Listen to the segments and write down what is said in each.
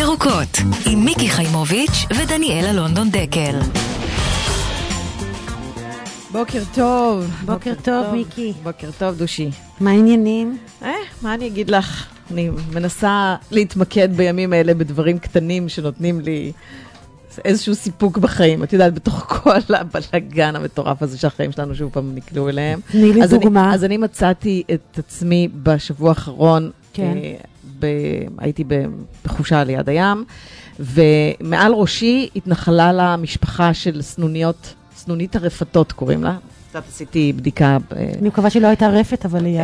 ירוקות, עם מיקי חיימוביץ' ודניאלה לונדון דקל. בוקר טוב. בוקר טוב, מיקי. בוקר טוב, דושי. מה העניינים? מה אני אגיד לך? אני מנסה להתמקד בימים האלה בדברים קטנים שנותנים לי איזשהו סיפוק בחיים. את יודעת, בתוך כל הבלגן המטורף הזה שהחיים שלנו שוב פעם נקלעו אליהם. תני לי דוגמה. אז אני מצאתי את עצמי בשבוע האחרון, כן. הייתי בחופשה ליד הים, ומעל ראשי התנחלה לה משפחה של סנונית הרפתות קוראים לה. קצת עשיתי בדיקה. אני מקווה שלא הייתה רפת, אבל ליד.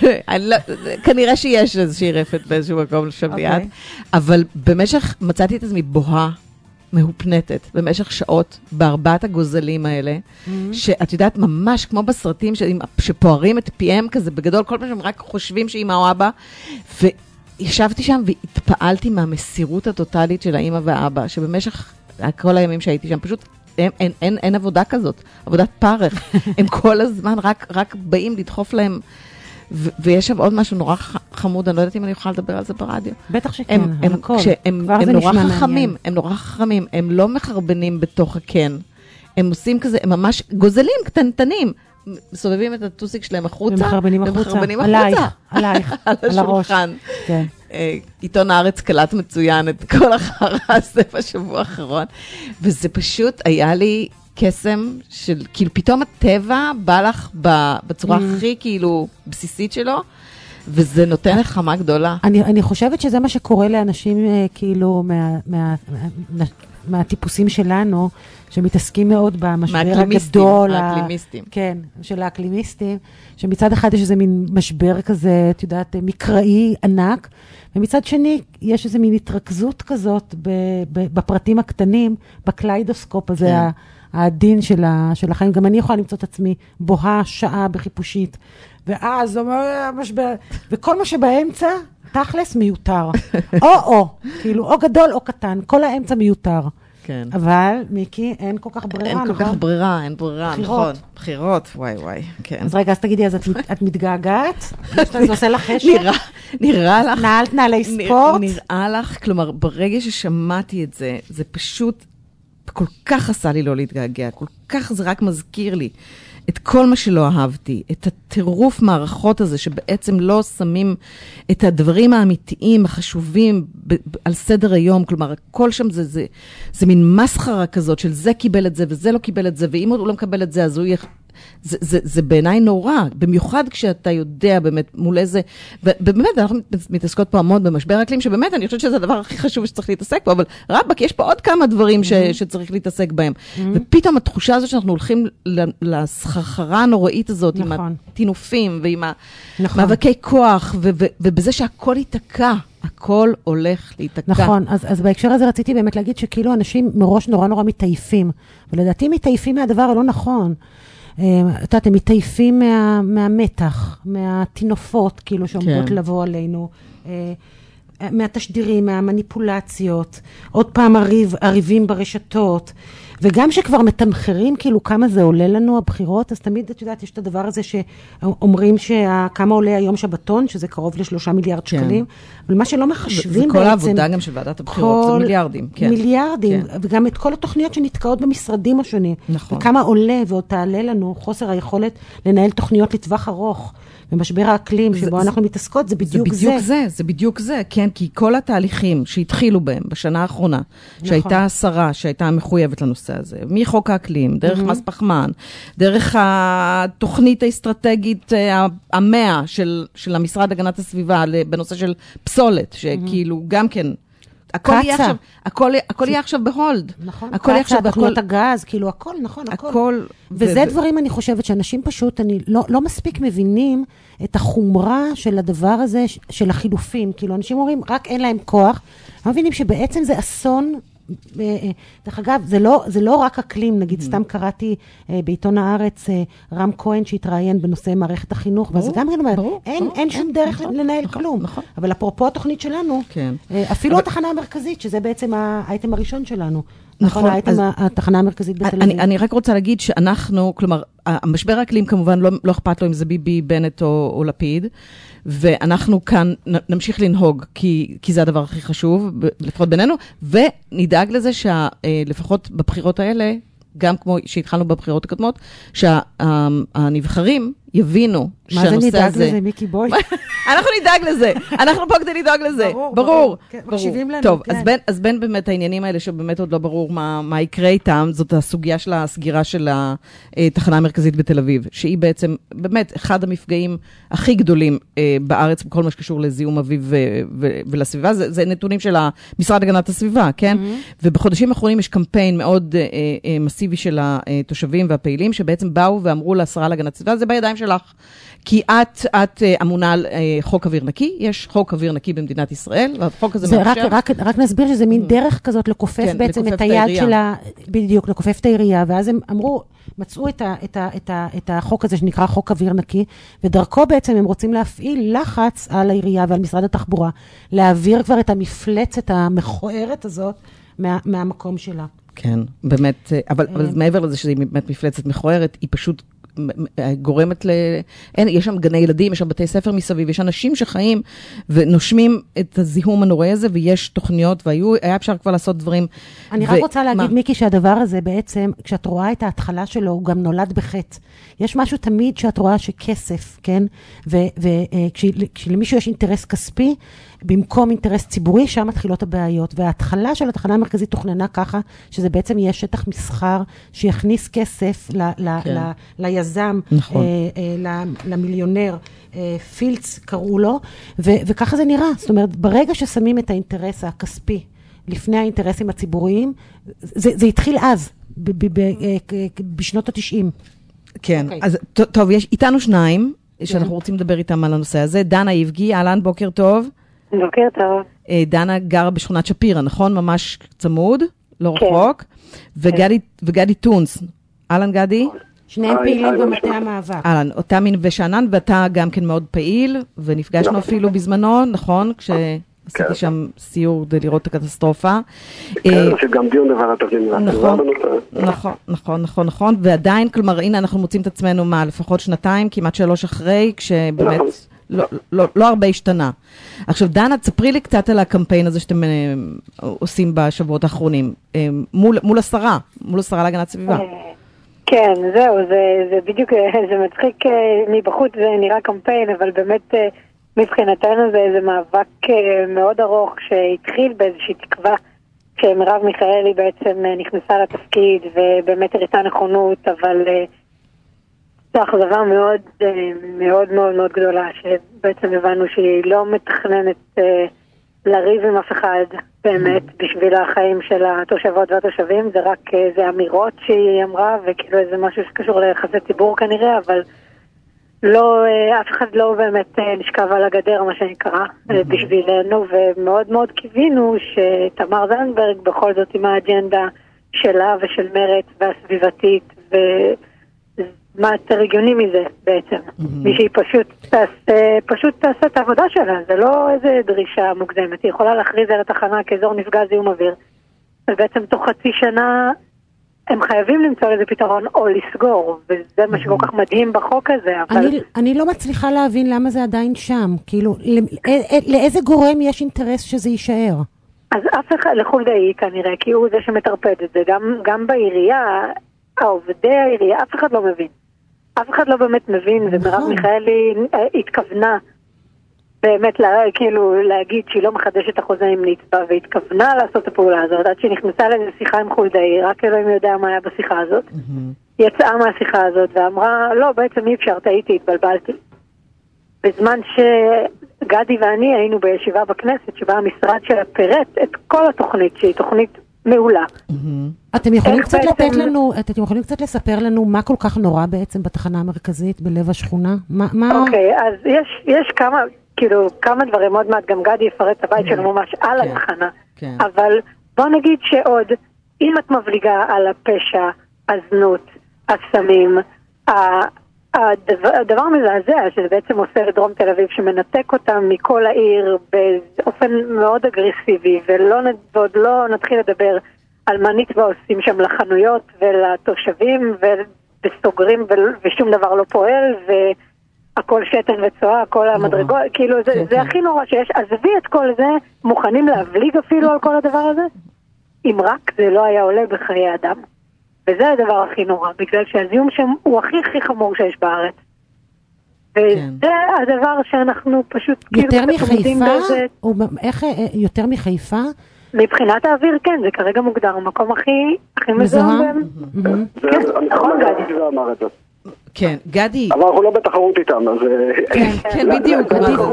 כנראה שיש איזושהי רפת באיזשהו מקום שם ליד. אבל במשך, מצאתי את עצמי בוהה, מהופנטת, במשך שעות, בארבעת הגוזלים האלה, שאת יודעת, ממש כמו בסרטים שפוערים את פיהם כזה, בגדול, כל פעם שהם רק חושבים שאמא או אבא, וישבתי שם והתפעלתי מהמסירות הטוטלית של האמא והאבא, שבמשך כל הימים שהייתי שם, פשוט אין עבודה כזאת, עבודת פרך. הם כל הזמן רק באים לדחוף להם, ויש שם עוד משהו נורא חמוד, אני לא יודעת אם אני יכולה לדבר על זה ברדיו. בטח שכן, על הכל. הם נורא חכמים, הם לא מחרבנים בתוך הקן. הם עושים כזה, הם ממש גוזלים קטנטנים, מסובבים את הטוסיק שלהם החוצה, ומחרבנים החוצה. עלייך, על השולחן. עיתון הארץ קלט מצוין את כל החרא הזה בשבוע האחרון, וזה פשוט היה לי קסם של, כאילו פתאום הטבע בא לך בצורה הכי כאילו בסיסית שלו, וזה נותן לחמה גדולה. אני חושבת שזה מה שקורה לאנשים כאילו מהטיפוסים שלנו, שמתעסקים מאוד במשבר הגדול. האקלימיסטים. כן, של האקלימיסטים, שמצד אחד יש איזה מין משבר כזה, את יודעת, מקראי ענק, ומצד שני יש איזה מין התרכזות כזאת בפרטים הקטנים, בקליידוסקופ הזה, העדין של החיים. גם אני יכולה למצוא את עצמי בוהה שעה בחיפושית, ואז אומר המשבר, וכל מה שבאמצע, תכלס מיותר. כאילו, או גדול או קטן, כל האמצע מיותר. כן. אבל, מיקי, אין כל כך ברירה, נכון? אין כל כך ברירה, נכון. בחירות, וואי, כן. אז רגע, אז תגידי, אז את מתגעגעת? זה עושה לך חשק? נראה לך. נעלת נעלי ספורט? נראה לך, כלומר, ברגע ששמעתי את זה, זה פשוט כל כך עשה לי לא להתגעגע, כל כך זה רק מזכיר לי את כל מה שלא אהבתי, את הטירוף מערכות הזה, שבעצם לא שמים את הדברים האמיתיים, החשובים, על סדר היום. כלומר, הכל שם זה מין מסחרה כזאת, של זה קיבל את זה, וזה לא קיבל את זה, ואם הוא לא מקבל את זה, אז הוא יהיה... זה בעיניי נורא, במיוחד כשאתה יודע באמת מול איזה, ובאמת אנחנו מתעסקות פה המון במשבר האקלים, שבאמת אני חושבת שזה הדבר הכי חשוב שצריך להתעסק בו, אבל רבק, יש פה עוד כמה דברים שצריך להתעסק בהם. ופתאום התחושה הזו שאנחנו הולכים לסחרחרה הנוראית הזאת, עם התינופים ועם המאבקי כוח, ובזה שהכל ייתקע. הכל הולך להתקע. נכון, אז בהקשר הזה רציתי באמת להגיד שכאילו אנשים מראש נורא מתעייפים, ולדעתי מתעייפים מהדבר הלא נכון. אתם מתעייפים מהמתח, מהתינופות, כאילו שעומדות לבוא עלינו, מהתשדירים, מהמניפולציות, עוד פעם הריבים ברשתות, וגם שכבר מתמחרים כאילו כמה זה עולה לנו הבחירות, אז תמיד את יודעת, יש את הדבר הזה שאומרים כמה עולה היום שבתון, שזה קרוב ל3 מיליארד שקלים, אבל מה שלא מחשבים בעצם... וכל העבודה גם של ועדת הבחירות, זה מיליארדים. מיליארדים, וגם את כל התוכניות שנתקעות במשרדים השונים. נכון. וכמה עולה ועוד תעלה לנו חוסר היכולת לנהל תוכניות לטווח ארוך. במשבר האקלים שבו אנחנו מתעסקות, זה בדיוק זה. זה בדיוק זה, כן, כי כל התהליכים שהתחילו בהם בשנה האחרונה, שהייתה השרה, שהייתה מחויבת לנושא הזה, מחוק האקלים, דרך מס פחמן, דרך התוכנית האסטרטגית המאה של המשרד הגנת הסביבה, בנושא של פסולת, שכאילו גם כן, הכל יהיה עכשיו בהולד. נכון, קצה, תוכניות הגז, כאילו הכל, נכון, הכל. וזה דברים, אני חושבת, שאנשים פשוט, אני לא מספיק מבינים את החומרה של הדבר הזה, של החילופים. כאילו, אנשים אומרים, רק אין להם כוח. הם מבינים שבעצם זה אסון, דרך אגב, זה לא רק אקלים, נגיד, סתם קראתי בעיתון הארץ, רם כהן שהתראיין בנושא מערכת החינוך, ואז גם אין שום דרך לנהל כלום. אבל אפרופו התוכנית שלנו, אפילו התחנה המרכזית, שזה בעצם האייטם הראשון שלנו, נכון, הייתם התחנה המרכזית בתל אביב. אני רק רוצה להגיד שאנחנו, כלומר, המשבר האקלים כמובן לא אכפת לו אם זה ביבי, בנט או לפיד, ואנחנו כאן נמשיך לנהוג, כי זה הדבר הכי חשוב, לפחות בינינו, ונדאג לזה שלפחות בבחירות האלה, גם כמו שהתחלנו בבחירות הקודמות, שהנבחרים יבינו שהנושא הזה... מה זה נדאג לזה, מיקי בוי? אנחנו נדאג לזה, אנחנו פה כדי לדאוג לזה. ברור. מקשיבים לנו, טוב, אז בין באמת העניינים האלה, שבאמת עוד לא ברור מה יקרה איתם, זאת הסוגיה של הסגירה של התחנה המרכזית בתל אביב, שהיא בעצם באמת אחד המפגעים הכי גדולים בארץ, בכל מה שקשור לזיהום אוויר ולסביבה, זה נתונים של המשרד להגנת הסביבה, כן? ובחודשים האחרונים יש קמפיין מאוד מסיבי של התושבים והפעילים, שבעצם באו ואמרו לשרה להגנת הסביבה, זה בידיים שלך. כי את אמונה על חוק אוויר נקי, יש חוק אוויר נקי במדינת ישראל, והחוק הזה מאפשר... רק נסביר שזה מין דרך כזאת לכופף בעצם את היד שלה, בדיוק, לכופף את העירייה, ואז הם אמרו, מצאו את החוק הזה שנקרא חוק אוויר נקי, ודרכו בעצם הם רוצים להפעיל לחץ על העירייה ועל משרד התחבורה, להעביר כבר את המפלצת המכוערת הזאת מהמקום שלה. כן, באמת, אבל מעבר לזה שהיא באמת מפלצת מכוערת, היא פשוט... גורמת יש שם גני ילדים, יש שם בתי ספר מסביב, יש אנשים שחיים ונושמים את הזיהום הנוראי הזה, ויש תוכניות, והיה אפשר כבר לעשות דברים. אני רק רוצה להגיד, מיקי, שהדבר הזה בעצם, כשאת רואה את ההתחלה שלו, הוא גם נולד בחטא. יש משהו תמיד שאת רואה שכסף, כן? וכשלמישהו יש אינטרס כספי, במקום אינטרס ציבורי, שם מתחילות הבעיות. וההתחלה של התחנה המרכזית תוכננה ככה, שזה בעצם יהיה שטח מסחר, שיכניס כסף ליזם, למיליונר, פילץ קראו לו, וככה זה נראה. זאת אומרת, ברגע ששמים את האינטרס הכספי, לפני האינטרסים הציבוריים, זה התחיל אז, בשנות ה-90. כן, אז טוב, יש איתנו שניים, שאנחנו רוצים לדבר איתם על הנושא הזה. דנה יבגי, אהלן, בוקר טוב. בוקר טוב. דנה גרה בשכונת שפירא, נכון? ממש צמוד, לא רחוק. וגדי טונס. אהלן, גדי? שניהם פעילים במטה המאבק. אהלן, אותה מין ושענן, ואתה גם כן מאוד פעיל, ונפגשנו אפילו בזמנו, נכון? כשעשיתי שם סיור כדי לראות את הקטסטרופה. כן, שגם דיון בוועדת הפנים. נכון. ועדיין, כלומר, הנה אנחנו מוצאים את עצמנו לפחות שנתיים, כמעט 3 אחרי, כשבאמת... לא הרבה השתנה. עכשיו, דנה, תספרי לי קצת על הקמפיין הזה שאתם עושים בשבועות האחרונים, מול השרה להגנת סביבה. כן, זהו, זה בדיוק, זה מצחיק מבחוץ, זה נראה קמפיין, אבל באמת מבחינתנו זה מאבק מאוד ארוך שהתחיל באיזושהי תקווה, כשמרב מיכאלי בעצם נכנסה לתפקיד, ובאמת הראתה נכונות, אבל... זו אכזבה מאוד מאוד מאוד מאוד גדולה, שבעצם הבנו שהיא לא מתכננת לריב עם אף אחד באמת בשביל החיים של התושבות והתושבים, זה רק איזה אמירות שהיא אמרה, וכאילו איזה משהו שקשור ליחסי ציבור כנראה, אבל לא, אף אחד לא באמת נשכב על הגדר, מה שנקרא, בשבילנו, ומאוד מאוד קיווינו שתמר זנדברג בכל זאת עם האג'נדה שלה ושל מרץ והסביבתית מה יותר הגיוני מזה בעצם. מישהי פשוט תעשה את העבודה שלה, זה לא איזה דרישה מוגזמת. היא יכולה להכריז על התחנה כאזור נפגע זיהום אוויר, ובעצם תוך חצי שנה הם חייבים למצוא לזה פתרון או לסגור, וזה מה שכל כך מדהים בחוק הזה. אני לא מצליחה להבין למה זה עדיין שם. כאילו, לאיזה גורם יש אינטרס שזה יישאר? אז אף אחד, לחולדאי כנראה, כי הוא זה שמטרפד את זה. גם בעירייה, עובדי העירייה, אף אחד לא מבין. אף אחד לא באמת מבין, ומרב מיכאלי התכוונה באמת כאילו להגיד שהיא לא מחדשת את החוזה עם נצבא, והתכוונה לעשות את הפעולה הזאת, עד שהיא נכנסה לאיזו שיחה עם חולדאי, רק אלוהים יודע מה היה בשיחה הזאת. יצאה מהשיחה הזאת ואמרה, לא, בעצם אי אפשר, טעיתי, התבלבלתי. בזמן שגדי ואני היינו בישיבה בכנסת, שבה המשרד שלה פירט את כל התוכנית, שהיא תוכנית מעולה. אתם יכולים קצת לספר לנו מה כל כך נורא בעצם בתחנה המרכזית, בלב השכונה? אוקיי, אז יש כמה דברים, עוד מעט גם גדי יפרט את הבית שלו ממש על התחנה, אבל בוא נגיד שעוד, אם את מבליגה על הפשע, הזנות, הסמים, הדבר מזעזע, שזה בעצם עושה לדרום תל אביב, שמנתק אותם מכל העיר באופן מאוד אגרסיבי, ועוד לא נתחיל לדבר על מה נצבע עושים שם לחנויות ולתושבים וסוגרים ושום דבר לא פועל והכל שתן וצועה, כל המדרגות, כאילו זה הכי נורא שיש. עזבי את כל זה, מוכנים להבליג אפילו על כל הדבר הזה? אם רק זה לא היה עולה בחיי אדם. וזה הדבר הכי נורא, בגלל שהזיהום שם הוא הכי חמור שיש בארץ. וזה הדבר שאנחנו פשוט יותר מחיפה? איך יותר מחיפה? מבחינת האוויר כן, זה כרגע מוגדר המקום הכי מזוהם. כן, נכון גדי. כן, גדי. אבל אנחנו לא בתחרות איתם, אז... כן, בדיוק.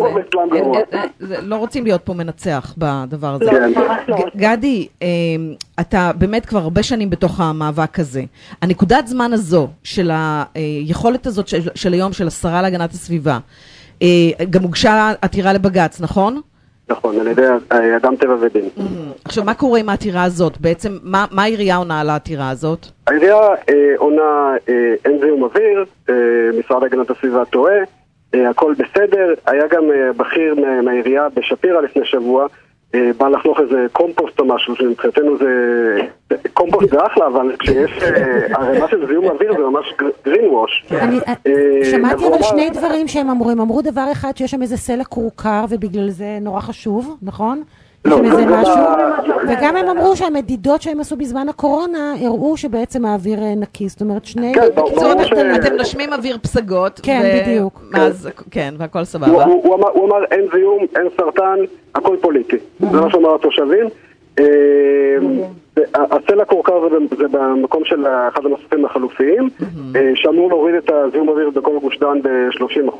לא רוצים להיות פה מנצח בדבר הזה. גדי, אתה באמת כבר הרבה שנים בתוך המאבק הזה. הנקודת זמן הזו, של היכולת הזאת של היום, של השרה להגנת הסביבה, גם הוגשה עתירה לבג"ץ, נכון? נכון, על ידי אדם טבע ודין. עכשיו, מה קורה עם העתירה הזאת? בעצם, מה העירייה עונה על העתירה הזאת? העירייה עונה אין זיהום אוויר, משרד הגנת הסביבה טועה, הכל בסדר. היה גם בכיר מהעירייה בשפירה לפני שבוע, בא לחנוך איזה קומפוסט או משהו, שמבחינתנו זה... קומפוסט זה אחלה, אבל כשיש הרמה של זיהום אוויר זה ממש גרין ווש. שמעתי אבל שני דברים שהם אמרו דבר אחד שיש שם איזה סלע קורקר ובגלל זה נורא חשוב, נכון? לא, זה משהו, וגם הם אמרו שהמדידות שהם עשו בזמן הקורונה הראו שבעצם האוויר נקי, זאת אומרת שני... אתם נשמים אוויר פסגות. כן, בדיוק. כן, והכל סבבה. הוא אמר אין זיהום, אין סרטן, הכל פוליטי. זה מה שאומר התושבים. הסלע קורקר זה במקום של אחד המסופים החלופיים, שאמור להוריד את הזיהום אוויר בכל גוש דן ב-30%.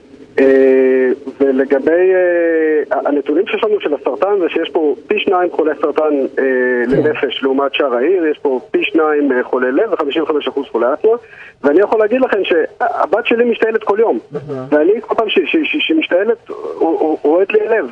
ולגבי הנתונים שיש לנו של הסרטן זה שיש פה פי 2 חולי סרטן לנפש לעומת שאר העיר, יש פה פי 2 חולי לב ו-55% חולי אסתמה, ואני יכול להגיד לכם שהבת שלי משתעלת כל יום, ואני כל פעם שהיא משתעלת רואת לי לב,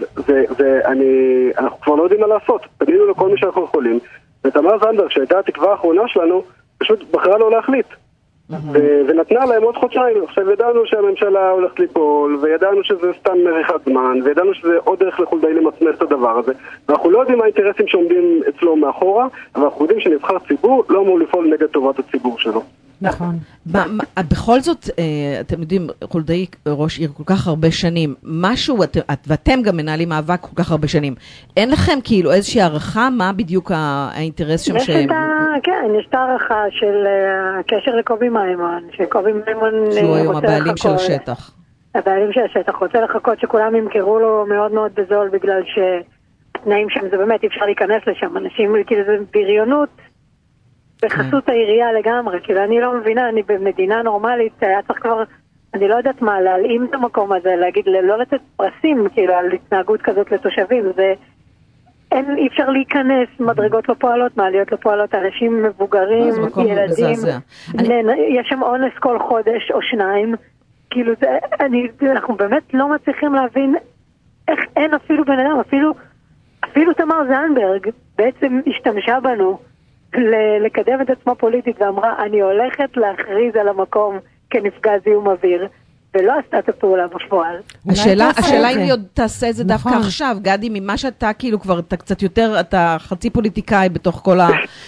ואנחנו כבר לא יודעים מה לעשות. פנינו לכל מי שאנחנו יכולים, ותמר זנדברג שהייתה התקווה האחרונה שלנו פשוט בחרה לא להחליט ונתנה להם עוד חודשיים. עכשיו ידענו שהממשלה הולכת ליפול, וידענו שזה סתם מריחת זמן, וידענו שזה עוד דרך לחולדאי למצמץ את הדבר הזה, ואנחנו לא יודעים מה האינטרסים שעומדים אצלו מאחורה, אבל אנחנו יודעים שנבחר ציבור לא אמור לפעול נגד טובת הציבור שלו. נכון. בכל זאת, אתם יודעים, חולדאי ראש עיר כל כך הרבה שנים, משהו, ואתם גם מנהלים מאבק כל כך הרבה שנים, אין לכם כאילו איזושהי הערכה מה בדיוק האינטרס שם שהם... כן, יש את הערכה של הקשר לקובי מימון, שקובי מימון שהוא היום הבעלים של השטח. הבעלים של השטח רוצה לחכות שכולם ימכרו לו מאוד מאוד בזול, בגלל שתנאים שם זה באמת, אי אפשר להיכנס לשם, אנשים, כאילו זה בריונות, בחסות העירייה לגמרי, כאילו אני לא מבינה, אני במדינה נורמלית, היה צריך כבר, אני לא יודעת מה, להלאים את המקום הזה, להגיד, לא לתת פרסים, כאילו, על התנהגות כזאת לתושבים, זה, אי אפשר להיכנס, מדרגות לא פועלות, מעליות לא פועלות, אנשים מבוגרים, ילדים, יש שם אונס כל חודש או שניים, כאילו, אנחנו באמת לא מצליחים להבין איך אין אפילו בן אדם, אפילו תמר זנדברג בעצם השתמשה בנו, לקדם את עצמה פוליטית ואמרה אני הולכת להכריז על המקום כנפגע זיהום אוויר ולא עשתה את הפעולה בפועל. השאלה אם היא עוד תעשה את זה דווקא עכשיו, גדי, ממה שאתה כאילו כבר אתה קצת יותר, אתה חצי פוליטיקאי בתוך כל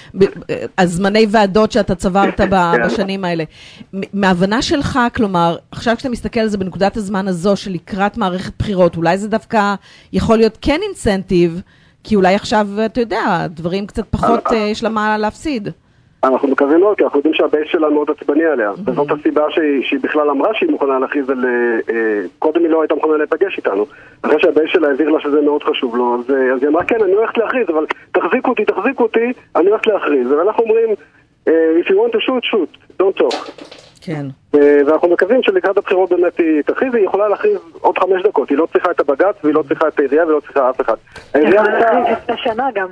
הזמני ועדות שאתה צברת בשנים האלה. מהבנה שלך, כלומר, עכשיו כשאתה מסתכל על זה בנקודת הזמן הזו של לקראת מערכת בחירות, אולי זה דווקא יכול להיות כן אינסנטיב, כי אולי עכשיו, אתה יודע, דברים קצת פחות יש לה מה להפסיד. אנחנו מקווים מאוד, כי אנחנו יודעים שהבייס שלה מאוד עצבני עליה. וזאת הסיבה שהיא בכלל אמרה שהיא מוכנה להכריז על... קודם היא לא הייתה מוכנה להיפגש איתנו. אחרי שהבייס שלה העביר לה שזה מאוד חשוב לו, אז היא אמרה, כן, אני הולכת להכריז, אבל תחזיקו אותי, אני הולכת להכריז. ואנחנו אומרים, if you want to shoot, don't talk. כן. ואנחנו מקווים שלקראת הבחירות באמת היא תכריז, היא יכולה להכריז עוד 5 דקות. היא לא צריכה את הבג"ץ, והיא לא צריכה את העירייה, ולא צריכה אף אחד. יכולה להכריז לפני שנה גם.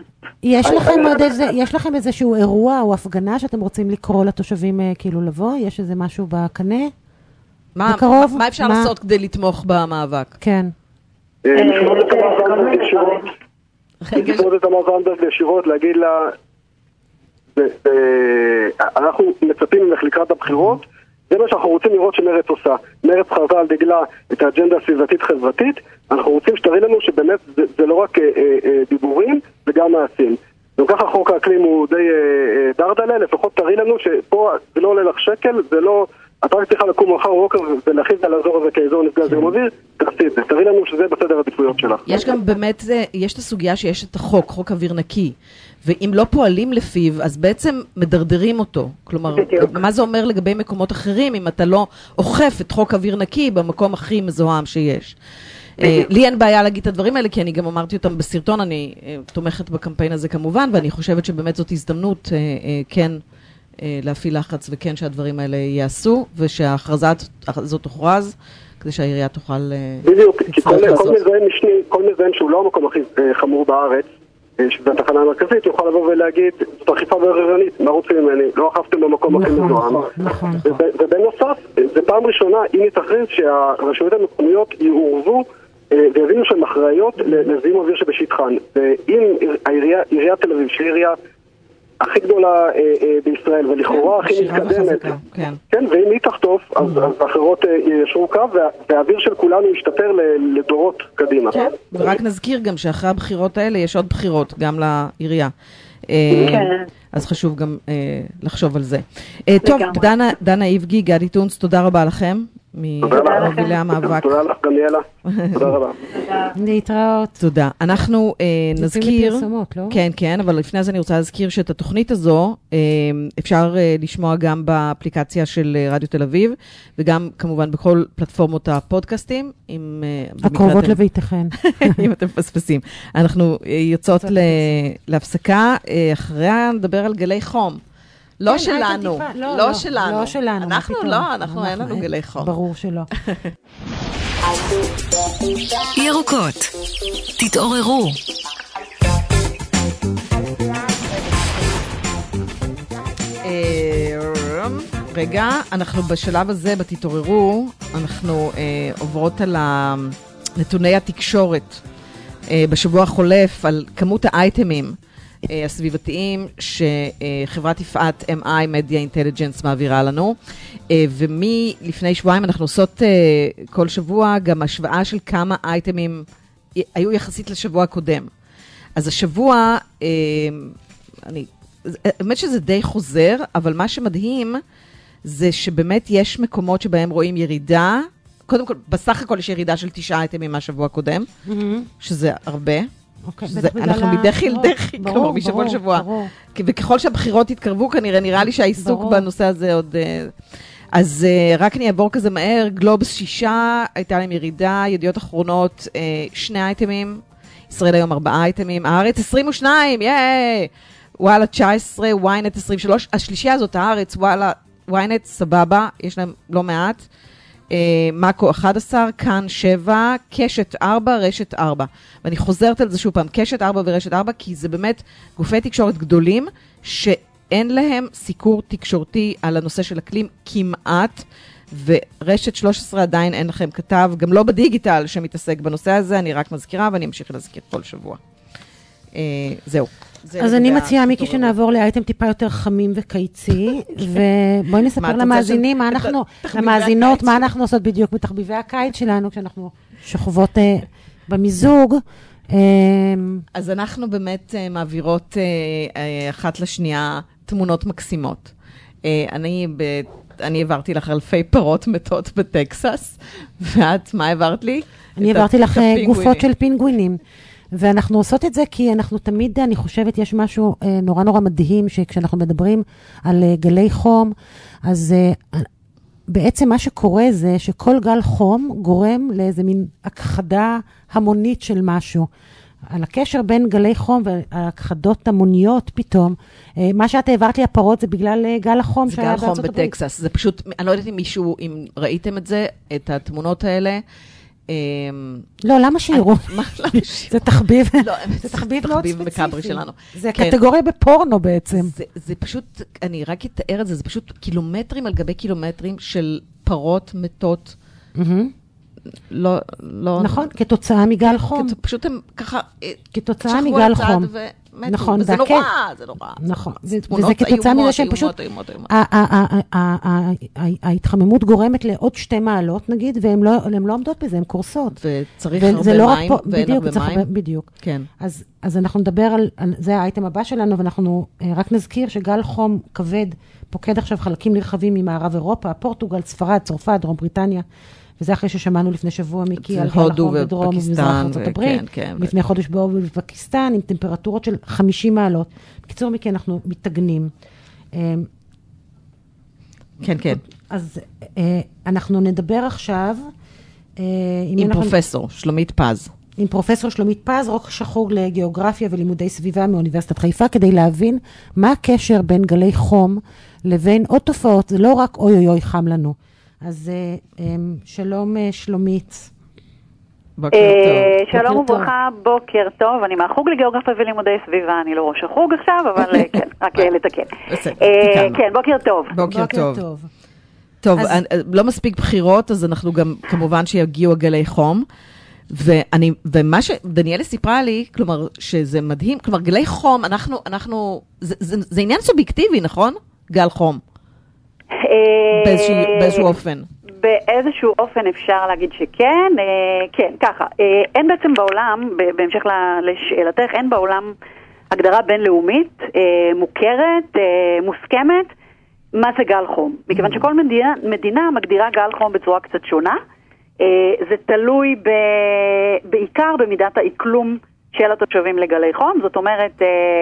יש לכם איזשהו אירוע או הפגנה שאתם רוצים לקרוא לתושבים כאילו לבוא? יש איזה משהו בקנה? מה אפשר לעשות כדי לתמוך במאבק? כן. לפנות את תמר זנדברג ישירות, להגיד לה, אנחנו מצפים ממך לקראת הבחירות, זה מה שאנחנו רוצים לראות שמרץ עושה. מרץ חרתה על דגלה את האג'נדה הסביבתית-חברתית, אנחנו רוצים שתראי לנו שבאמת זה לא רק דיבורים, זה גם מעשים. גם ככה חוק האקלים הוא די דרדלה, לפחות תראי לנו שפה זה לא עולה לך שקל, זה לא... את רק צריכה לקום מחר בבוקר ולהכריז על האזור הזה כאזור נפגע זיהום אוויר, תעשי את זה. תראי לנו שזה בסדר העדיפויות שלך. יש גם באמת, יש את הסוגיה שיש את החוק, חוק אוויר נקי, ואם לא פועלים לפיו, אז בעצם מדרדרים אותו. כלומר, מה זה אומר לגבי מקומות אחרים, אם אתה לא אוכף את חוק אוויר נקי במקום הכי מזוהם שיש? לי אין בעיה להגיד את הדברים האלה, כי אני גם אמרתי אותם בסרטון, אני תומכת בקמפיין הזה כמובן, ואני חושבת שבאמת זאת הזדמנות, כן, להפעיל לחץ, וכן שהדברים האלה יעשו, ושההכרזה הזאת תוכרז, כדי שהעירייה תוכל... בדיוק, כי כל מזהם שהוא לא המקום הכי חמור בארץ, שזו התחנה המרכזית, יוכל לבוא ולהגיד, זאת אכיפה בררנית, מה רוצים ממני? לא אכפתם במקום הכי מזוהם. ובנוסף, זה פעם ראשונה, אם היא תכריז שהרשויות המקומיות יעורבו, ויבינו שהן אחראיות לזיהום אוויר שבשטחן. ואם עיריית תל אביב, שהיא עירייה הכי גדולה בישראל, ולכאורה הכי מתקדמת, כן, ואם היא תחטוף, אז האחרות ישרו קו, והאוויר של כולנו ישתפר לדורות קדימה. ורק נזכיר גם שאחרי הבחירות האלה יש עוד בחירות, גם לעירייה. אז חשוב גם לחשוב על זה. טוב, דנה איבגי, גדי טונץ, תודה רבה לכם. ממובילי המאבק. תודה לך, דניאלה. תודה רבה. להתראות. תודה. אנחנו נזכיר... כן, כן, אבל לפני זה אני רוצה להזכיר שאת התוכנית הזו אפשר לשמוע גם באפליקציה של רדיו תל אביב, וגם כמובן בכל פלטפורמות הפודקאסטים. הקרובות לביתכן. אם אתם פספסים. אנחנו יוצאות להפסקה, אחריה נדבר על גלי חום. לא שלנו, לא שלנו. לא שלנו. אנחנו לא, אנחנו אין לנו גלי חום. ברור שלא. ירוקות, תתעוררו. רגע, אנחנו בשלב הזה, בתתעוררו, אנחנו עוברות על נתוני התקשורת בשבוע החולף, על כמות האייטמים הסביבתיים שחברת יפעת MI Media Intelligence מעבירה לנו, ומלפני שבועיים אנחנו עושות כל שבוע גם השוואה של כמה אייטמים היו יחסית לשבוע הקודם. אז השבוע, האמת שזה די חוזר, אבל מה שמדהים זה שבאמת יש מקומות שבהם רואים ירידה, קודם כל, בסך הכל יש ירידה של 9 אייטמים מהשבוע הקודם, שזה הרבה. אנחנו מדחי לדחי, כלומר, משבוע לשבוע. וככל שהבחירות התקרבו, כנראה, נראה לי שהעיסוק בנושא הזה עוד... אז רק אני אעבור כזה מהר, גלובס 6, הייתה להם ירידה, ידיעות אחרונות 2 אייטמים, ישראל היום 4 אייטמים, הארץ 22, ייי! וואלה 19, וויינט 23, השלישייה הזאת, הארץ, וואלה, וויינט סבבה, יש להם לא מעט, מקו 11, כאן 7, קשת 4, רשת 4. ואני חוזרת על זה שוב פעם, קשת 4 ורשת 4, כי זה באמת גופי תקשורת גדולים, שאין להם סיקור תקשורתי על הנושא של אקלים כמעט, ורשת 13 עדיין אין לכם כתב, גם לא בדיגיטל שמתעסק בנושא הזה, אני רק מזכירה ואני אמשיך להזכיר כל שבוע. זהו. אז אני מציעה, מיקי, שנעבור לאייטם טיפה יותר חמים וקיצי, ובואי נספר למאזינים, למאזינות, מה אנחנו עושות בדיוק בתחביבי הקיץ שלנו, כשאנחנו שוכבות במיזוג. אז אנחנו באמת מעבירות אחת לשנייה תמונות מקסימות. אני העברתי לך אלפי פרות מתות בטקסס, ואת, מה העברת לי? אני העברתי לך גופות של פינגווינים. ואנחנו עושות את זה כי אנחנו תמיד, אני חושבת, יש משהו נורא נורא מדהים, שכשאנחנו מדברים על גלי חום, אז בעצם מה שקורה זה שכל גל חום גורם לאיזה מין הכחדה המונית של משהו. על הקשר בין גלי חום והכחדות המוניות פתאום, מה שאת העברת לי הפרות זה בגלל גל החום שהיה בארצות הברית. זה גל חום בטקסס, זה פשוט, אני לא יודעת אם מישהו, אם ראיתם את זה, את התמונות האלה, לא, למה שירו? זה תחביב, זה תחביב מאוד ספציפי. זה קטגוריה בפורנו בעצם. זה פשוט, אני רק אתאר את זה, זה פשוט קילומטרים על גבי קילומטרים של פרות מתות, לא... נכון, כתוצאה מגל חום. פשוט הם ככה... כתוצאה מגל חום. נכון, וזה נורא, זה נורא. נכון, וזה כתוצאה מזה שהם פשוט... ההתחממות גורמת לעוד 2 מעלות, נגיד, והן לא עומדות בזה, הן קורסות. וצריך הרבה מים, ואין הרבה מים. בדיוק. כן. אז אנחנו נדבר על... זה האייטם הבא שלנו, ואנחנו רק נזכיר שגל חום כבד פוקד עכשיו חלקים נרחבים ממערב אירופה, פורטוגל, ספרד, צרפת, דרום בריטניה, וזה אחרי ששמענו לפני שבוע, מיקי, על גל החום בדרום ומזרח ארצות הברית, לפני חודש בהודו ובפקיסטן, עם טמפרטורות של 50 מעלות. בקיצור, מיקי, אנחנו מתגנים. כן, כן. אז אנחנו נדבר עכשיו... עם פרופסור שלומית פז. עם פרופסור שלומית פז, ראש החוג לגיאוגרפיה ולימודי סביבה מאוניברסיטת חיפה, כדי להבין מה הקשר בין גלי חום לבין עוד תופעות. זה לא רק אוי אוי חם לנו. אז שלום שלומית. בוקר טוב. שלום וברכה, בוקר טוב. אני מהחוג לגיאוגרפיה ולימודי סביבה, אני לא ראש החוג עכשיו, אבל כן, רק לתקן. כן, בוקר טוב. בוקר טוב. טוב, לא מספיק בחירות, אז אנחנו גם כמובן שיגיעו הגלי חום. ומה שדניאלה סיפרה לי, כלומר, שזה מדהים, כלומר, גלי חום, זה עניין סובייקטיבי, נכון? גל חום. באיזשהו אופן. באיזשהו אופן אפשר להגיד שכן, כן, ככה. אין בעצם בעולם, בהמשך לשאלתך, אין בעולם הגדרה בינלאומית, מוכרת, מוסכמת, מה זה גל חום. מכיוון שכל מדינה מגדירה גל חום בצורה קצת שונה, זה תלוי בעיקר במידת האקלום של התושבים לגלי חום, זאת אומרת,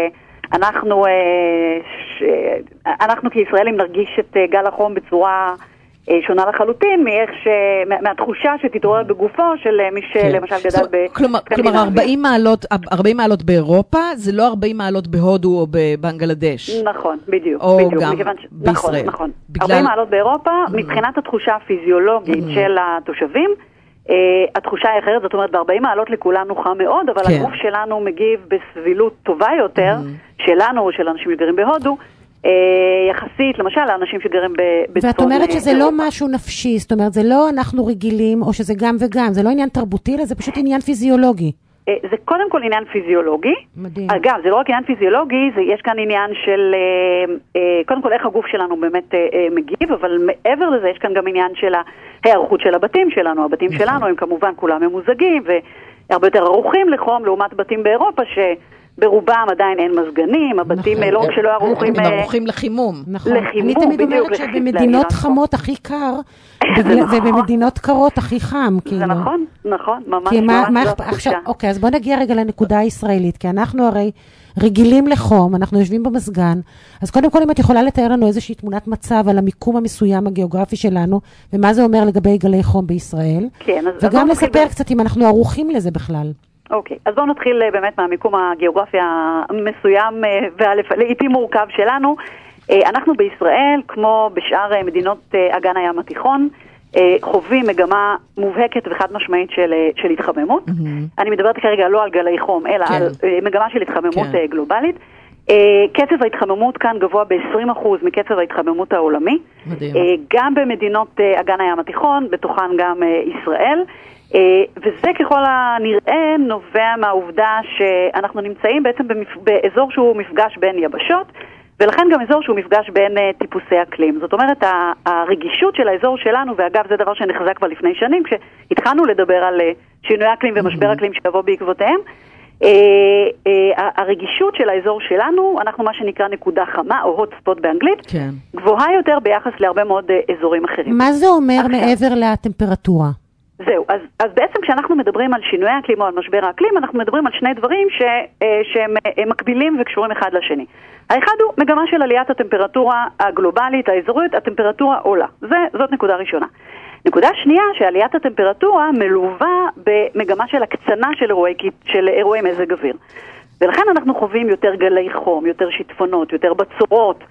אנחנו כישראלים נרגיש את גל החום בצורה שונה לחלוטין מהתחושה שתתעורר בגופו של מי שלמשל גדל כלומר 40 מעלות באירופה זה לא 40 מעלות בהודו או בבנגלדש. נכון, בדיוק. או גם בישראל. נכון. 40 מעלות באירופה מבחינת התחושה הפיזיולוגית של התושבים, התחושה היא אחרת, זאת אומרת ב-40 מעלות לכולנו חם מאוד, אבל הגוף שלנו מגיב בסבילות טובה יותר, שלנו או של אנשים שגרים בהודו, יחסית, למשל, לאנשים שגרים בצפון. ואת אומרת שזה לא משהו נפשי, זאת אומרת, זה לא אנחנו רגילים, או שזה גם וגם, זה לא עניין תרבותי, זה פשוט עניין פיזיולוגי. זה קודם כל עניין פיזיולוגי. מדהים. אגב, זה לא רק עניין פיזיולוגי, יש כאן עניין של, קודם כל, איך הגוף שלנו באמת מגיב, אבל מעבר לזה, יש כאן גם עניין של ההיערכות של הבתים שלנו. הבתים שלנו הם כמובן כולם ממוזגים, והרבה יותר ערוכים לחום, לעומת בתים באירופה, ברובם עדיין אין מזגנים, הבתים לא רק שלא ערוכים... הם ערוכים לחימום. נכון. אני תמיד אומרת שבמדינות חמות הכי קר, ובמדינות קרות הכי חם, כאילו. זה נכון, נכון, ממש עכשיו, אוקיי, אז בוא נגיע רגע לנקודה הישראלית, כי אנחנו הרי רגילים לחום, אנחנו יושבים במזגן, אז קודם כל אם את יכולה לתאר לנו איזושהי תמונת מצב על המיקום המסוים הגיאוגרפי שלנו, ומה זה אומר לגבי גלי חום בישראל, וגם לספר קצת אם אנחנו ערוכים לזה בכלל. אוקיי, אז בואו נתחיל באמת מהמיקום הגיאוגרפי המסוים ולעיתים מורכב שלנו. אנחנו בישראל, כמו בשאר מדינות אגן הים התיכון, חווים מגמה מובהקת וחד משמעית של התחממות. אני מדברת כרגע לא על גלי חום, אלא על מגמה של התחממות גלובלית. קצב ההתחממות כאן גבוה ב-20% מקצב ההתחממות העולמי. גם במדינות אגן הים התיכון, בתוכן גם ישראל. וזה ככל הנראה נובע מהעובדה שאנחנו נמצאים בעצם באזור שהוא מפגש בין יבשות, ולכן גם אזור שהוא מפגש בין טיפוסי אקלים. זאת אומרת, הרגישות של האזור שלנו, ואגב זה דבר שנחזק כבר לפני שנים, כשהתחלנו לדבר על שינוי אקלים ומשבר אקלים שיבוא בעקבותיהם, הרגישות של האזור שלנו, אנחנו מה שנקרא נקודה חמה, או hot spot באנגלית, גבוהה יותר ביחס להרבה מאוד אזורים אחרים. מה זה אומר מעבר לטמפרטורה? זהו, אז בעצם כשאנחנו מדברים על שינוי האקלים או על משבר האקלים, אנחנו מדברים על שני דברים שהם מקבילים וקשורים אחד לשני. האחד הוא מגמה של עליית הטמפרטורה הגלובלית, האזורית, הטמפרטורה עולה. זאת נקודה ראשונה. נקודה שנייה, שעליית הטמפרטורה מלווה במגמה של הקצנה של אירועי מזג אוויר. ולכן אנחנו חווים יותר גלי חום, יותר שיטפונות, יותר בצורות,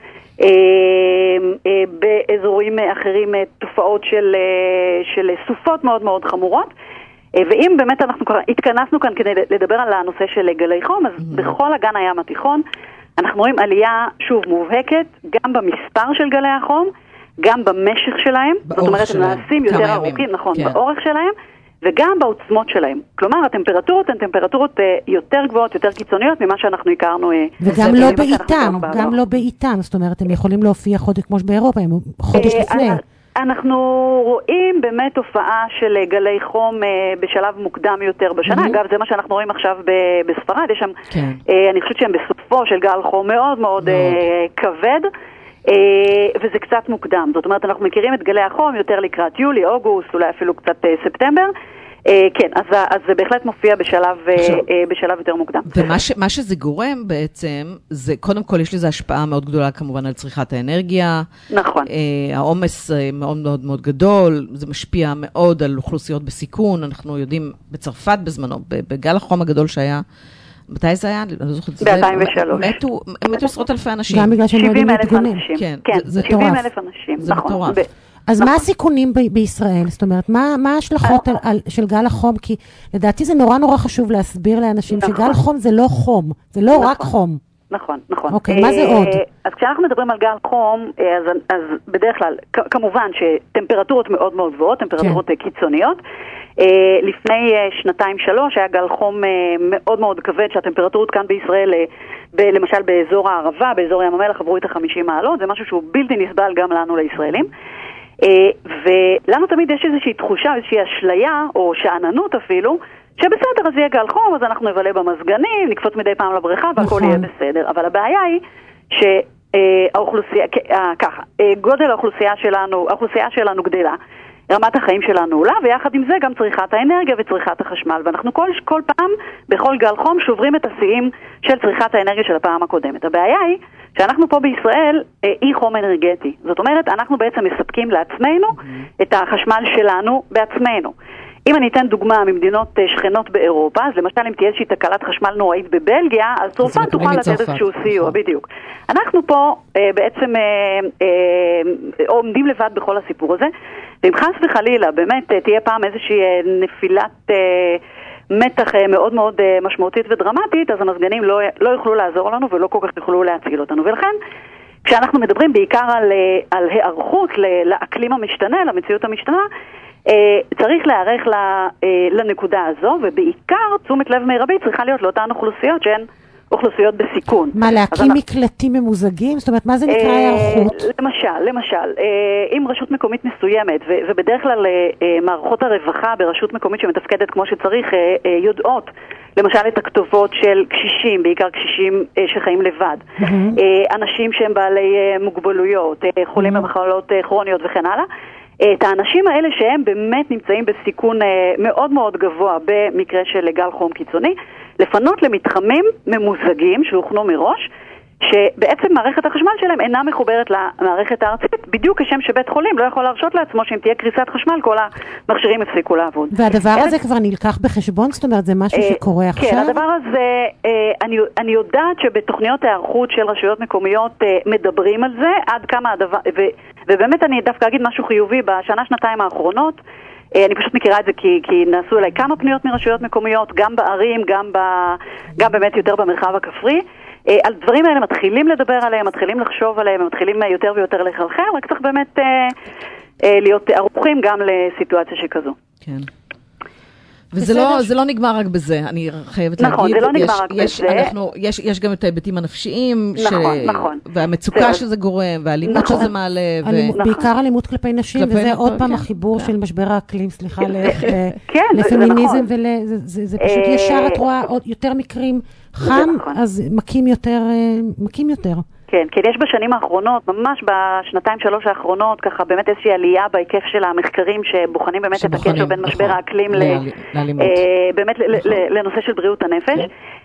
באזורים אחרים תופעות של סופות מאוד מאוד חמורות. ואם באמת אנחנו התכנסנו כאן כדי לדבר על הנושא של גלי חום, אז בכל אגן הים התיכון אנחנו רואים עלייה שוב מובהקת, גם במספר של גלי החום, גם במשך שלהם, זאת אומרת הם נעשים יותר ארוכים, נכון, באורך שלהם, וגם בעוצמות שלהם. כלומר, הטמפרטורות הן טמפרטורות יותר גבוהות, יותר קיצוניות ממה שאנחנו הכרנו. וגם לא בעיתם, גם לא בעיתם. זאת אומרת, הם יכולים להופיע חודש כמו שבאירופה, הם חודש לפני. אנחנו רואים באמת תופעה של גלי חום בשלב מוקדם יותר בשנה. אגב, זה מה שאנחנו רואים עכשיו בספרד. יש שם, אני חושבת שהם בסופו של גל חום מאוד מאוד כבד, וזה קצת מוקדם. זאת אומרת, אנחנו מכירים את גלי החום יותר לקראת יולי, אוגוסט, אולי אפילו קצת ספטמבר. כן, אז זה בהחלט מופיע בשלב יותר מוקדם. ומה שזה גורם בעצם, זה קודם כל יש לזה השפעה מאוד גדולה כמובן על צריכת האנרגיה. נכון. העומס מאוד מאוד מאוד גדול, זה משפיע מאוד על אוכלוסיות בסיכון. אנחנו יודעים בצרפת בזמנו, בגל החום הגדול שהיה, מתי זה היה? ב-2003. מתו עשרות אלפי אנשים. גם בגלל שהם יודעים להתגונן. כן, 70,000 אנשים. זה מטורף. אז מה הסיכונים בישראל? זאת אומרת, מה ההשלכות של גל החום? כי לדעתי זה נורא נורא חשוב להסביר לאנשים שגל חום זה לא חום, זה לא רק חום. נכון, נכון. אוקיי, מה זה עוד? אז כשאנחנו מדברים על גל חום, אז בדרך כלל, כמובן שטמפרטורות מאוד מאוד גבוהות, טמפרטורות קיצוניות. לפני 2-3 היה גל חום מאוד מאוד כבד, שהטמפרטורות כאן בישראל, למשל באזור הערבה, באזור ים המלח, עברו את 50 מעלות, זה משהו שהוא בלתי נסבל גם לנו לישראלים. ולנו תמיד יש איזושהי תחושה, איזושהי אשליה, או שעננות אפילו, שבסדר, אז יהיה גל חום, אז אנחנו נבלה במסגנים, נקפוץ מדי פעם לבריכה, והכל יהיה בסדר. אבל הבעיה היא שהאוכלוסייה, ככה, גודל האוכלוסייה שלנו גדלה, רמת החיים שלנו עולה, ויחד עם זה גם צריכת האנרגיה וצריכת החשמל. ואנחנו כל פעם, בכל גל חום, שוברים את השיאים של צריכת האנרגיה של הפעם הקודמת. הבעיה היא שאנחנו פה בישראל אי חום אנרגטי. זאת אומרת, אנחנו בעצם מספקים לעצמנו את החשמל שלנו בעצמנו. אם אני אתן דוגמה ממדינות שכנות באירופה, אז למשל אם תהיה איזושהי תקלת חשמל נוראית בבלגיה, אז צרפת תוכל לתת איזשהו סיוע, בדיוק. אנחנו פה בעצם עומדים לבד בכל הסיפור הזה, ואם חס וחלילה באמת תהיה פעם איזושהי נפילת מתח מאוד מאוד משמעותית ודרמטית, אז המסגנים לא יוכלו לעזור לנו ולא כל כך יוכלו להציל אותנו. ולכן, כשאנחנו מדברים בעיקר על הערכות לאקלים המשתנה, למציאות המשתנה, צריך להיערך לנקודה הזו, ובעיקר תשומת לב מרבית צריכה להיות לאותן אוכלוסיות שהן אוכלוסיות בסיכון. מה, להקים מקלטים ממוזגים? זאת אומרת, מה זה נקרא הערכות? למשל, אם רשות מקומית מסוימת, ובדרך כלל מערכות הרווחה ברשות מקומית שמתפקדת כמו שצריך, יודעות, למשל את הכתובות של קשישים, בעיקר קשישים שחיים לבד, אנשים שהם בעלי מוגבלויות, חולים במחלות כרוניות וכן הלאה, את האנשים האלה שהם באמת נמצאים בסיכון מאוד מאוד גבוה במקרה של גל חום קיצוני, לפנות למתחמים ממוזגים שהוכנו מראש, שבעצם מערכת החשמל שלהם אינה מחוברת למערכת הארצית, בדיוק כשם שבית חולים לא יכול להרשות לעצמו שאם תהיה קריסת חשמל כל המכשירים יפסיקו לעבוד. והדבר הזה כבר נלקח בחשבון? זאת אומרת, זה משהו שקורה עכשיו? כן, הדבר הזה, אני יודעת שבתוכניות הערכות של רשויות מקומיות מדברים על זה, עד כמה הדבר, ובאמת אני דווקא אגיד משהו חיובי בשנה-שנתיים האחרונות, אני פשוט מכירה את זה כי נעשו אליי כמה פניות מרשויות מקומיות, גם בערים, גם באמת יותר במרחב הכפרי, על דברים האלה מתחילים לדבר עליהם, מתחילים לחשוב עליהם, מתחילים יותר ויותר לחלחל, רק צריך באמת להיות ערוכים גם לסיטואציה שכזו. כן. וזה לא נגמר רק בזה, אני חייבת להגיד. נכון, זה לא נגמר רק בזה. יש גם את ההיבטים הנפשיים, נכון. והמצוקה שזה גורם, והאלימות שזה מעלה. בעיקר אלימות כלפי נשים, וזה עוד פעם החיבור של משבר האקלים, סליחה, לפמיניזם, וזה פשוט ישר, את רואה יותר מקרים חם, אז מכים יותר. כן, כי יש בשנים האחרונות, ממש בשנתיים-שלוש האחרונות, ככה באמת איזושהי עלייה בהיקף של המחקרים שבוחנים באמת את הקשר בין משבר האקלים באמת לנושא של בריאות הנפש.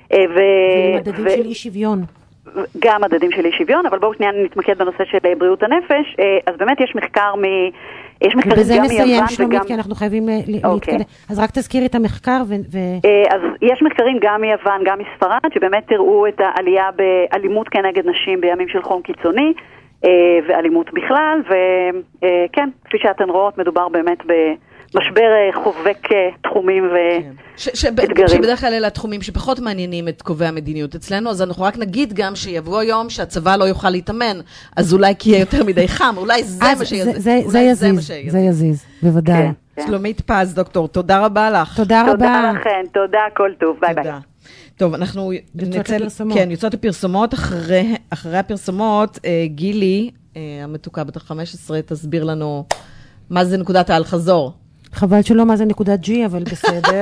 ומדדים של אי שוויון. גם מדדים של אי שוויון, אבל בואו שנייה נתמקד בנושא של בריאות הנפש. אז באמת יש מחקר ובזה נסיים שלומית, כי אנחנו חייבים להתקדם. אז רק תזכירי את המחקר. אז יש מחקרים גם מיוון, גם מספרד, שבאמת תראו את העלייה באלימות כנגד נשים בימים של חום קיצוני, ואלימות בכלל, וכן, כפי שאתן רואות, מדובר באמת במשבר חובק תחומים ואתגרים. שבדרך כלל אלה התחומים שפחות מעניינים את קובעי המדיניות אצלנו, אז אנחנו רק נגיד גם שיבוא היום שהצבא לא יוכל להתאמן, אז אולי כי יהיה יותר מדי חם, אולי זה מה שיזיז. זה יזיז, בוודאי. שלומית פז, דוקטור, תודה רבה לך. תודה רבה. תודה לכן, תודה, כל טוב, ביי ביי. טוב, אנחנו כן, יוצאות לפרסומות. אחרי הפרסומות, גילי, המתוקה בת 15, תסביר לנו מה זה נקודת האל חזור. חבל שלא מה זה נקודת G, אבל בסדר.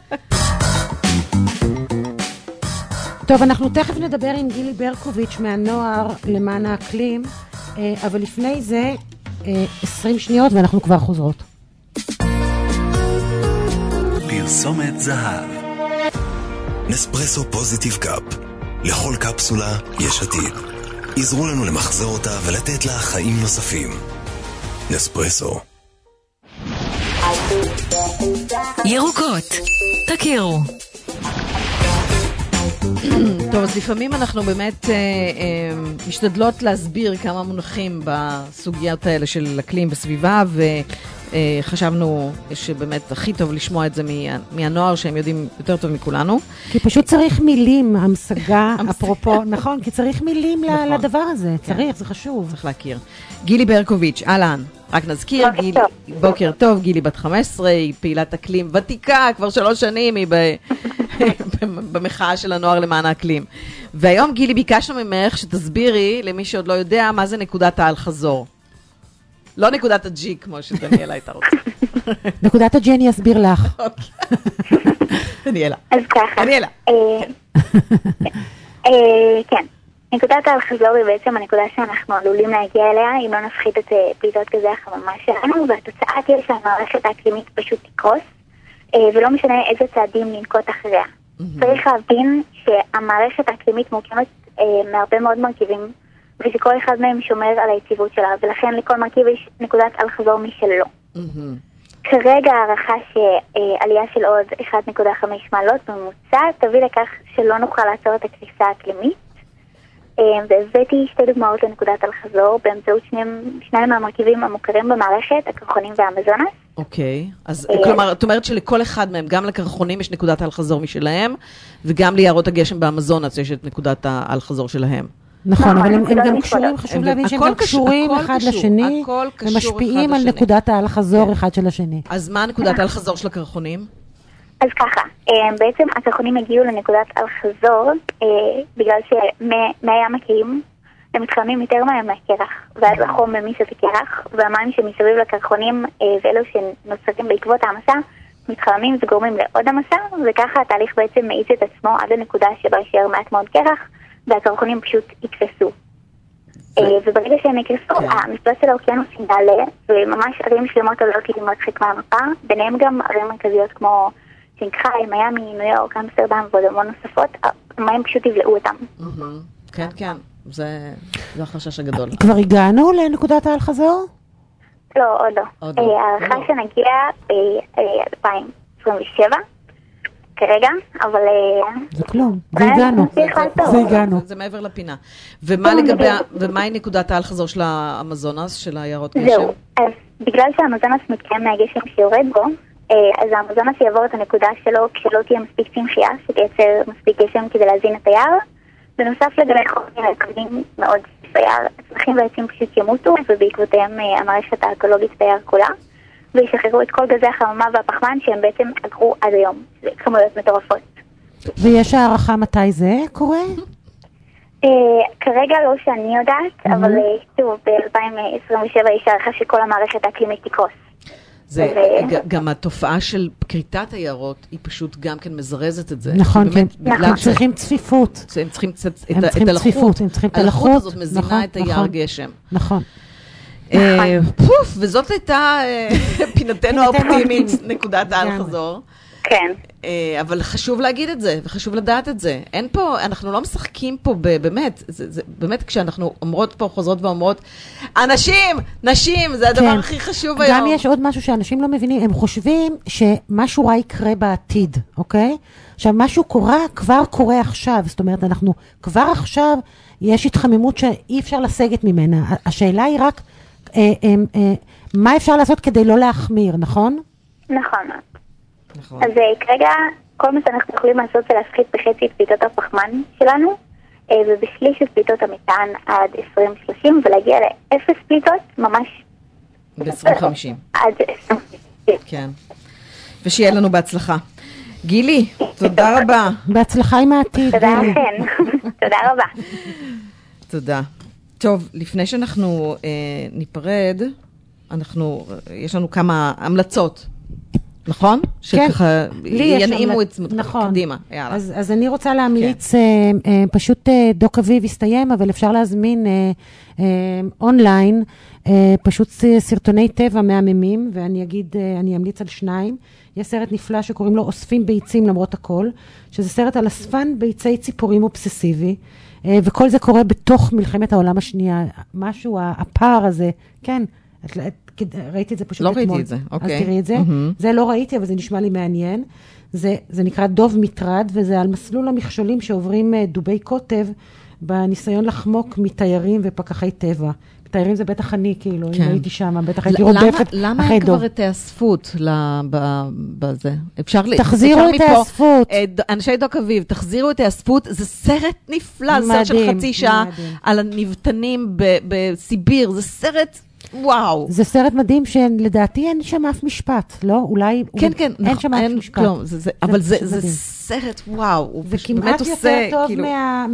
טוב, אנחנו תכף נדבר עם גילי ברקוביץ' מהנוער למען האקלים, אבל לפני זה 20 שניות ואנחנו כבר חוזרות. פרסומת זהב. נספרסו פוזיטיב קאפ. לכל קפסולה יש עתיד. עזרו לנו למחזר אותה ולתת לה חיים נוספים. נספרסו. ירוקות, תכירו. טוב, אז לפעמים אנחנו באמת משתדלות להסביר כמה מונחים בסוגיות האלה של אקלים וסביבה, וחשבנו שבאמת הכי טוב לשמוע את זה מהנוער, שהם יודעים יותר טוב מכולנו. כי פשוט צריך מילים, המשגה, אפרופו, נכון, כי צריך מילים לדבר הזה, צריך, זה חשוב. צריך להכיר. גילי ברקוביץ', אהלן. רק נזכיר, בוקר טוב, גילי בת 15, היא פעילת אקלים ותיקה, כבר 3 שנים היא במחאה של הנוער למען האקלים. והיום גילי ביקשנו ממך שתסבירי למי שעוד לא יודע מה זה נקודת האל חזור. לא נקודת ה-G כמו שדניאלה הייתה רוצה. נקודת ה-G אני אסביר לך. דניאלה. אז ככה. דניאלה. כן. נקודת האל חזור היא בעצם הנקודה שאנחנו עלולים להגיע אליה אם לא נפחית את פליטות גזי החממה שלנו, והתוצאה תהיה שהמערכת האקלימית פשוט תקרוס, ולא משנה איזה צעדים לנקוט אחריה. צריך להבין שהמערכת האקלימית מורכבת מהרבה מאוד מרכיבים, ושכל אחד מהם שומר על היציבות שלה, ולכן לכל מרכיב יש נקודת אל חזור משלו. כרגע הערכה שעלייה של עוד 1.5 מעלות בממוצע תביא לכך שלא נוכל לעצור את הקריסה האקלימית, והבאתי 2 דוגמאות לנקודת אל חזור באמצעות שניים מהמרכיבים המוכרים במערכת, הקרחונים והאמזונס. אוקיי, אז כלומר, את אומרת שלכל אחד מהם, גם לקרחונים יש נקודת האל חזור משלהם, וגם ליערות הגשם באמזונס יש את נקודת האל חזור שלהם. נכון, אבל הם גם קשורים, חשוב להבין שהם גם קשורים אחד לשני, ומשפיעים על נקודת האל חזור אחד של השני. אז מה נקודת האל חזור של הקרחונים? אז ככה, בעצם הקרחונים הגיעו לנקודת אל חזור בגלל שמי הים הקיים הם מתחממים יותר מהם מהקרח, ואז החום ממיס את הקרח, והמים שמסביב לקרחונים ואלו שנוצרים בעקבות המסע מתחממים וגורמים לעוד המסע, וככה התהליך בעצם מאיץ את עצמו עד לנקודה שבה יישאר מעט מאוד קרח, והקרחונים פשוט יקרסו. וברגע שהם יקרסו, המפלס של האוקיינוס יעלה, וממש ערים שלמות עולות להימרחק מהמפה, ביניהם גם ערים מרכזיות כמו שינגחאי, מיאמי, ניו יורק, אמסטרדם ועוד המון נוספות, המים פשוט יבלעו אותם. כן, כן, זה החשש הגדול. כבר הגענו לנקודת האל חזור? לא, עוד לא. הערכה שנגיע ב-2027, כרגע, אבל... זה כלום, זה הגענו. זה מעבר לפינה. ומהי נקודת האל חזור של האמזונס, של היערות גשם? זהו, אז בגלל שהאמזונס מתקיים מהגשם שיורד בו, אז האמזונס יעבור את הנקודה שלו כשלא תהיה מספיק צמחייה, שתייצר מספיק גשם כדי להזין את היער. בנוסף לגלי חומרים מרכזיים מאוד ביער, הצמחים והעצים פשוט ימותו, ובעקבותיהם המערכת האקולוגית ביער כולה, וישחררו את כל גזי החממה והפחמן שהם בעצם אגרו עד היום. זה כמויות מטורפות. ויש הערכה מתי זה קורה? כרגע לא שאני יודעת, אבל שוב, ב-2027 יש הערכה שכל המערכת האקלימית תקרוס. גם התופעה של קריטת היערות היא פשוט גם כן מזרזת את זה. נכון, הם צריכים צפיפות. הם צריכים את הלחות. הלחות הזאת מזינה את היער גשם. נכון. פוף, וזאת הייתה פינתנו האופטימית, נקודת האל חזור. כן. אבל חשוב להגיד את זה, וחשוב לדעת את זה. אין פה, אנחנו לא משחקים פה באמת, באמת כשאנחנו אומרות פה, חוזרות ואומרות, אנשים, נשים, זה הדבר הכי חשוב היום. גם יש עוד משהו שאנשים לא מבינים, הם חושבים שמשהו רע יקרה בעתיד, אוקיי? עכשיו, משהו כבר קורה עכשיו, זאת אומרת, אנחנו כבר עכשיו, יש התחממות שאי אפשר לסגת ממנה. השאלה היא רק, מה אפשר לעשות כדי לא להחמיר, נכון? נכון. אז כרגע, כל מה שאנחנו יכולים לעשות זה להפחית בחצי את פליטות הפחמן שלנו, ובשליש את פליטות המתאן עד 2030, ולהגיע ל0 פליטות ממש... ב-2050. עד 2050. כן. ושיהיה לנו בהצלחה. גילי, תודה רבה. בהצלחה עם העתיד. תודה לכן. תודה רבה. תודה. טוב, לפני שאנחנו ניפרד, יש לנו כמה המלצות, נכון? כן. שככה ינעימו את נכון. קדימה. יאללה. אז אני רוצה להמליץ, פשוט דוק אביב הסתיים, אבל אפשר להזמין אונליין, פשוט סרטוני טבע מהממים, ואני אמליץ על 2. יש סרט נפלא שקוראים לו אוספים ביצים למרות הכל, שזה סרט על אספן ביצי ציפורים אובססיבי, וכל זה קורה בתוך מלחמת העולם השנייה. משהו, הפער הזה, כן, ראיתי את זה פשוט לא אתמול. ראיתי את זה, אוקיי. אז תראי את זה. זה לא ראיתי, אבל זה נשמע לי מעניין. זה נקרא דוב מטרד, וזה על מסלול המכשולים שעוברים דובי קוטב, בניסיון לחמוק מתיירים ופקחי טבע. תיירים זה בטח אני, כאילו, אם הייתי שם, בטח הייתי רודפת אחרי דוב. למה אין כבר את האספות בזה? תחזירו את האספות. אנשי דוק אביב, תחזירו את האספות, זה סרט נפלא, סרט של חצי שעה על הנבטנים בסיביר, זה סרט, וואו. זה סרט מדהים שלדעתי אין שם אף משפט, לא? אולי אין שם אף משפט. אבל זה סרט, וואו, הוא באמת עושה, וכמעט יותר טוב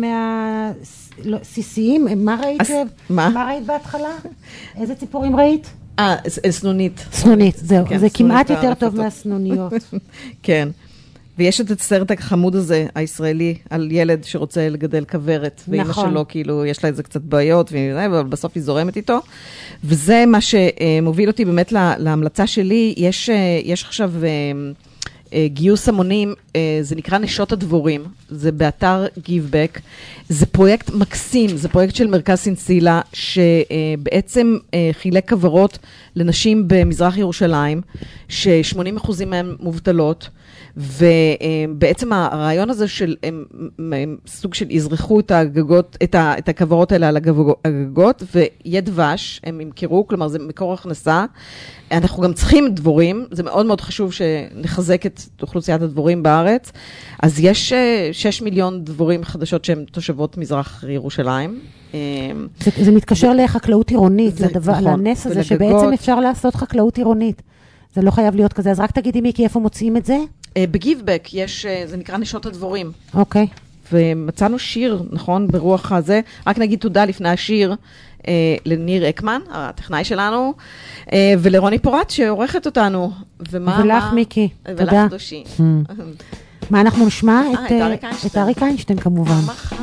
סיסיים, מה ראית בהתחלה? איזה ציפורים ראית? סנונית. סנונית, זהו. זה כמעט יותר טוב מהסנוניות. כן. ויש את הסרט החמוד הזה, הישראלי, על ילד שרוצה לגדל כברת, ואמא שלו, כאילו, יש לה איזה קצת בעיות, אבל בסוף היא זורמת איתו. וזה מה שמוביל אותי באמת להמלצה שלי. יש עכשיו גיוס המונים, זה נקרא נשות הדבורים, זה באתר GiveBack, זה פרויקט מקסים, זה פרויקט של מרכז סינסילה, שבעצם חילק כברות לנשים במזרח ירושלים, ש80% מהן מובטלות, ובעצם הרעיון הזה של סוג של יזרחו את הגגות, את הכברות האלה על הגגות, ויהיה דבש, הם ימכרו, כלומר זה מקור הכנסה. אנחנו גם צריכים דבורים, זה מאוד מאוד חשוב שנחזק את אוכלוסיית הדבורים בארץ. אז יש 6 מיליון דבורים חדשות שהן תושבות מזרח ירושלים. זה מתקשר לחקלאות עירונית, לנס הזה שבעצם אפשר לעשות חקלאות עירונית. זה לא חייב להיות כזה, אז רק תגידי מיקי, איפה מוצאים את זה? בגיבבק יש, זה נקרא נשות הדבורים. אוקיי. ומצאנו שיר, נכון, ברוח הזה. רק נגיד תודה לפני השיר לניר אקמן, הטכנאי שלנו, ולרוני פורט שעורכת אותנו. ולך מיקי, תודה. ולך דושי. מה אנחנו נשמע? את אריק איינשטיין כמובן.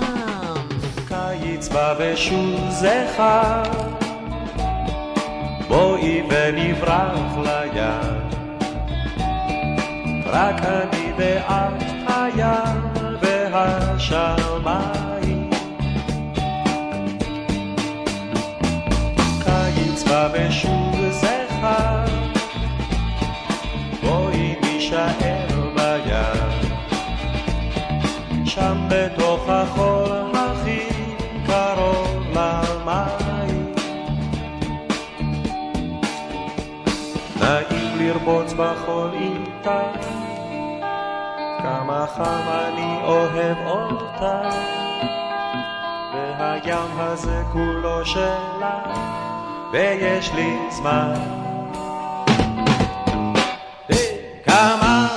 קיץ בא ושוזך, בואי ונברח לים, רק אני ואת הים והשמיים. קיץ בא ושוזך, בואי נשאר בים, שם בתוך החול הכי קרוב למים. נעים לרבוץ בחול איתך, כמה חם אני אוהב אותה, והים הזה כולו שלה, ויש לי זמן. כמה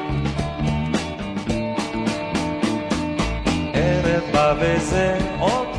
וזה עוד